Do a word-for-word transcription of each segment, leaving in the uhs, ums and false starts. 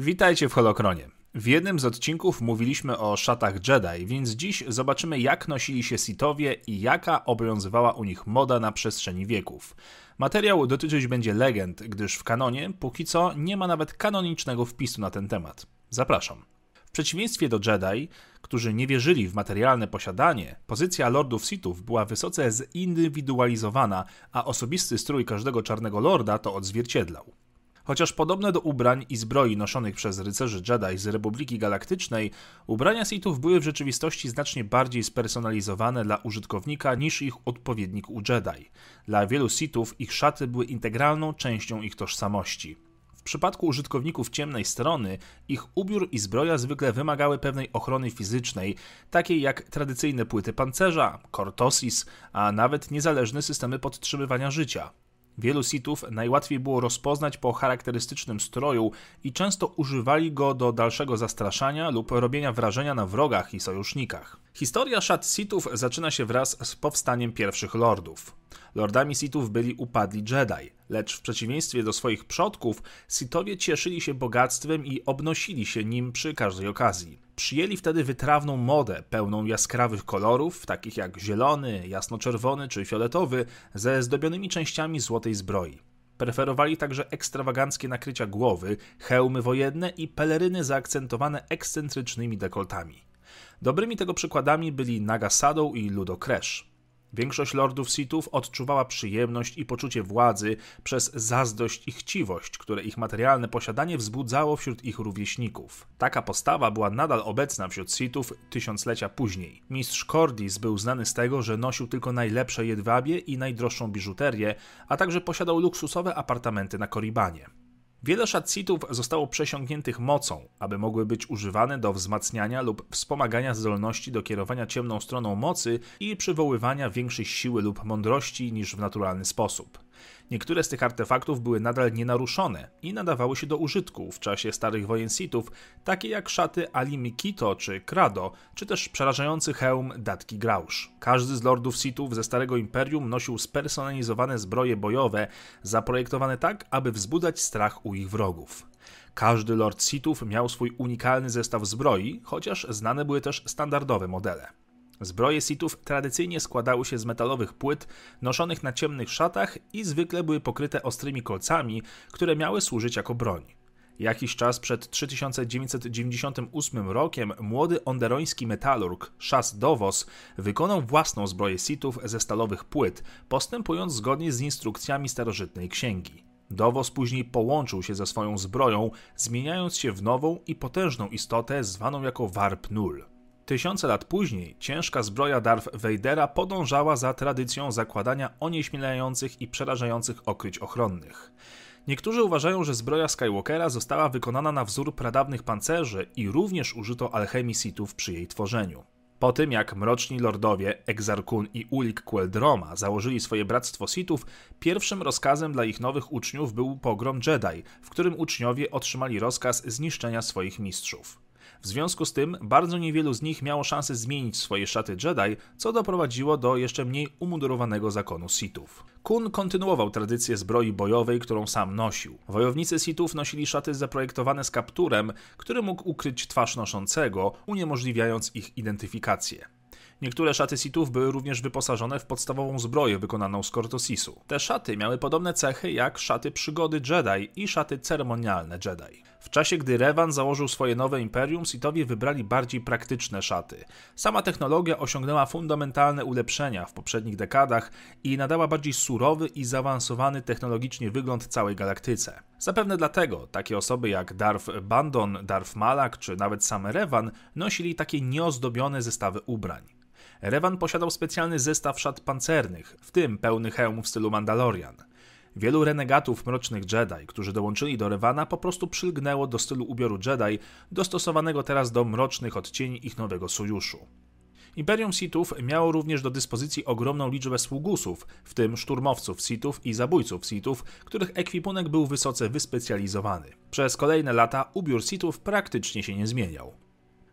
Witajcie w Holokronie. W jednym z odcinków mówiliśmy o szatach Jedi, więc dziś zobaczymy, jak nosili się Sithowie i jaka obowiązywała u nich moda na przestrzeni wieków. Materiał dotyczyć będzie legend, gdyż w kanonie póki co nie ma nawet kanonicznego wpisu na ten temat. Zapraszam. W przeciwieństwie do Jedi, którzy nie wierzyli w materialne posiadanie, pozycja Lordów Sithów była wysoce zindywidualizowana, a osobisty strój każdego czarnego lorda to odzwierciedlał. Chociaż podobne do ubrań i zbroi noszonych przez rycerzy Jedi z Republiki Galaktycznej, ubrania Sithów były w rzeczywistości znacznie bardziej spersonalizowane dla użytkownika niż ich odpowiednik u Jedi. Dla wielu Sithów ich szaty były integralną częścią ich tożsamości. W przypadku użytkowników ciemnej strony, ich ubiór i zbroja zwykle wymagały pewnej ochrony fizycznej, takiej jak tradycyjne płyty pancerza, cortosis, a nawet niezależne systemy podtrzymywania życia. Wielu Sithów najłatwiej było rozpoznać po charakterystycznym stroju i często używali go do dalszego zastraszania lub robienia wrażenia na wrogach i sojusznikach. Historia szat Sithów zaczyna się wraz z powstaniem pierwszych lordów. Lordami Sithów byli upadli Jedi, lecz w przeciwieństwie do swoich przodków, Sithowie cieszyli się bogactwem i obnosili się nim przy każdej okazji. Przyjęli wtedy wytrawną modę, pełną jaskrawych kolorów, takich jak zielony, jasnoczerwony czy fioletowy, ze zdobionymi częściami złotej zbroi. Preferowali także ekstrawaganckie nakrycia głowy, hełmy wojenne i peleryny zaakcentowane ekscentrycznymi dekoltami. Dobrymi tego przykładami byli Naga Sadow i Ludo Kresz. Większość lordów Sithów odczuwała przyjemność i poczucie władzy przez zazdrość i chciwość, które ich materialne posiadanie wzbudzało wśród ich rówieśników. Taka postawa była nadal obecna wśród Sithów tysiąclecia później. Mistrz Cordis był znany z tego, że nosił tylko najlepsze jedwabie i najdroższą biżuterię, a także posiadał luksusowe apartamenty na Korribanie. Wiele szat Sithów zostało przesiąkniętych mocą, aby mogły być używane do wzmacniania lub wspomagania zdolności do kierowania ciemną stroną mocy i przywoływania większej siły lub mądrości niż w naturalny sposób. Niektóre z tych artefaktów były nadal nienaruszone i nadawały się do użytku w czasie starych wojen Sithów, takie jak szaty Ali Mikito czy Krado, czy też przerażający hełm Datki Grausz. Każdy z lordów Sithów ze Starego Imperium nosił spersonalizowane zbroje bojowe, zaprojektowane tak, aby wzbudzać strach u ich wrogów. Każdy lord Sithów miał swój unikalny zestaw zbroi, chociaż znane były też standardowe modele. Zbroje Sithów tradycyjnie składały się z metalowych płyt noszonych na ciemnych szatach i zwykle były pokryte ostrymi kolcami, które miały służyć jako broń. Jakiś czas przed trzy tysiące dziewięćset dziewięćdziesiątym ósmym rokiem młody onderoński metalurg Shas Dovos wykonał własną zbroję Sithów ze stalowych płyt, postępując zgodnie z instrukcjami starożytnej księgi. Dovos później połączył się ze swoją zbroją, zmieniając się w nową i potężną istotę zwaną jako Warp Null. Tysiące lat później ciężka zbroja Darth Vadera podążała za tradycją zakładania onieśmielających i przerażających okryć ochronnych. Niektórzy uważają, że zbroja Skywalkera została wykonana na wzór pradawnych pancerzy i również użyto alchemii Sithów przy jej tworzeniu. Po tym jak mroczni lordowie Exar Kun i Ulic Qel-Droma założyli swoje bractwo Sithów, pierwszym rozkazem dla ich nowych uczniów był pogrom Jedi, w którym uczniowie otrzymali rozkaz zniszczenia swoich mistrzów. W związku z tym bardzo niewielu z nich miało szansę zmienić swoje szaty Jedi, co doprowadziło do jeszcze mniej umundurowanego zakonu Sithów. Kun kontynuował tradycję zbroi bojowej, którą sam nosił. Wojownicy Sithów nosili szaty zaprojektowane z kapturem, który mógł ukryć twarz noszącego, uniemożliwiając ich identyfikację. Niektóre szaty Sithów były również wyposażone w podstawową zbroję wykonaną z cortosisu. Te szaty miały podobne cechy jak szaty przygody Jedi i szaty ceremonialne Jedi. W czasie, gdy Revan założył swoje nowe imperium, Sithowie wybrali bardziej praktyczne szaty. Sama technologia osiągnęła fundamentalne ulepszenia w poprzednich dekadach i nadała bardziej surowy i zaawansowany technologicznie wygląd całej galaktyce. Zapewne dlatego takie osoby jak Darth Bandon, Darth Malak czy nawet sam Revan nosili takie nieozdobione zestawy ubrań. Revan posiadał specjalny zestaw szat pancernych, w tym pełny hełm w stylu Mandalorian. Wielu renegatów mrocznych Jedi, którzy dołączyli do Revana, po prostu przylgnęło do stylu ubioru Jedi, dostosowanego teraz do mrocznych odcieni ich nowego sojuszu. Imperium Sithów miało również do dyspozycji ogromną liczbę sługusów, w tym szturmowców Sithów i zabójców Sithów, których ekwipunek był wysoce wyspecjalizowany. Przez kolejne lata ubiór Sithów praktycznie się nie zmieniał.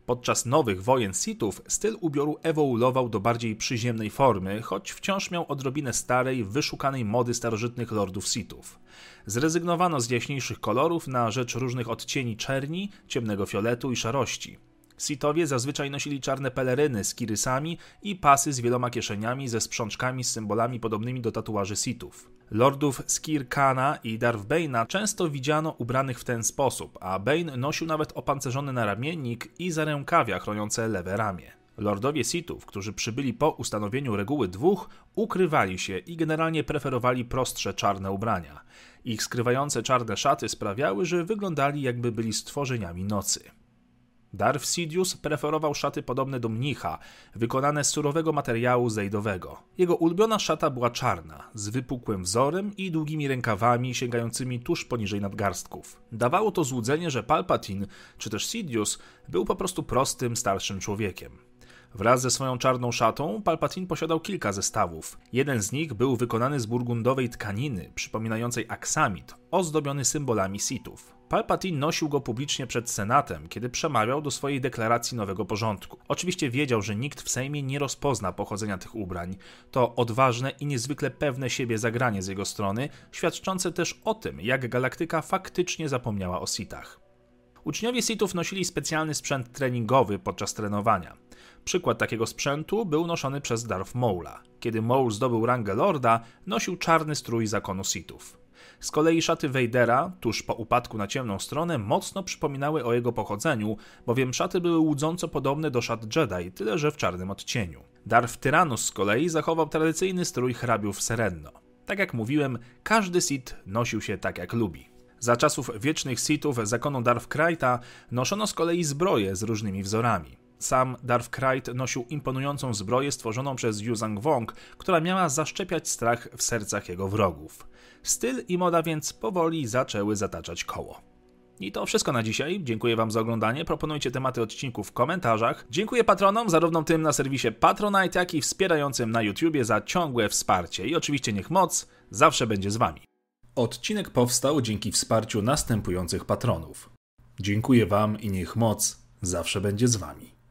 Podczas nowych wojen Sithów styl ubioru ewoluował do bardziej przyziemnej formy, choć wciąż miał odrobinę starej, wyszukanej mody starożytnych lordów Sithów. Zrezygnowano z jaśniejszych kolorów na rzecz różnych odcieni czerni, ciemnego fioletu i szarości. Sithowie zazwyczaj nosili czarne peleryny z kirysami i pasy z wieloma kieszeniami ze sprzączkami z symbolami podobnymi do tatuaży Sithów. Lordów Skir Kana i Darth Bane'a często widziano ubranych w ten sposób, a Bane nosił nawet opancerzony naramiennik i zarękawia chroniące lewe ramię. Lordowie Sithów, którzy przybyli po ustanowieniu reguły dwóch, ukrywali się i generalnie preferowali prostsze czarne ubrania. Ich skrywające czarne szaty sprawiały, że wyglądali, jakby byli stworzeniami nocy. Darth Sidious preferował szaty podobne do mnicha, wykonane z surowego materiału zejdowego. Jego ulubiona szata była czarna, z wypukłym wzorem i długimi rękawami sięgającymi tuż poniżej nadgarstków. Dawało to złudzenie, że Palpatine, czy też Sidious, był po prostu prostym, starszym człowiekiem. Wraz ze swoją czarną szatą Palpatine posiadał kilka zestawów. Jeden z nich był wykonany z burgundowej tkaniny, przypominającej aksamit, ozdobiony symbolami Sithów. Palpatine nosił go publicznie przed Senatem, kiedy przemawiał do swojej deklaracji nowego porządku. Oczywiście wiedział, że nikt w Sejmie nie rozpozna pochodzenia tych ubrań. To odważne i niezwykle pewne siebie zagranie z jego strony, świadczące też o tym, jak galaktyka faktycznie zapomniała o Sithach. Uczniowie Sithów nosili specjalny sprzęt treningowy podczas trenowania. Przykład takiego sprzętu był noszony przez Darth Maula. Kiedy Maul zdobył rangę lorda, nosił czarny strój zakonu Sithów. Z kolei szaty Vadera, tuż po upadku na ciemną stronę, mocno przypominały o jego pochodzeniu, bowiem szaty były łudząco podobne do szat Jedi, tyle że w czarnym odcieniu. Darth Tyrannus z kolei zachował tradycyjny strój hrabiów Serenno. Tak jak mówiłem, każdy Sith nosił się tak jak lubi. Za czasów wiecznych Sithów zakonu Darth Krayta noszono z kolei zbroje z różnymi wzorami. Sam Darth Krayt nosił imponującą zbroję stworzoną przez Yuzang Wong, która miała zaszczepiać strach w sercach jego wrogów. Styl i moda więc powoli zaczęły zataczać koło. I to wszystko na dzisiaj. Dziękuję Wam za oglądanie. Proponujcie tematy odcinków w komentarzach. Dziękuję patronom, zarówno tym na serwisie Patronite, jak i wspierającym na YouTubie za ciągłe wsparcie. I oczywiście niech moc zawsze będzie z Wami. Odcinek powstał dzięki wsparciu następujących patronów. Dziękuję Wam i niech moc zawsze będzie z Wami.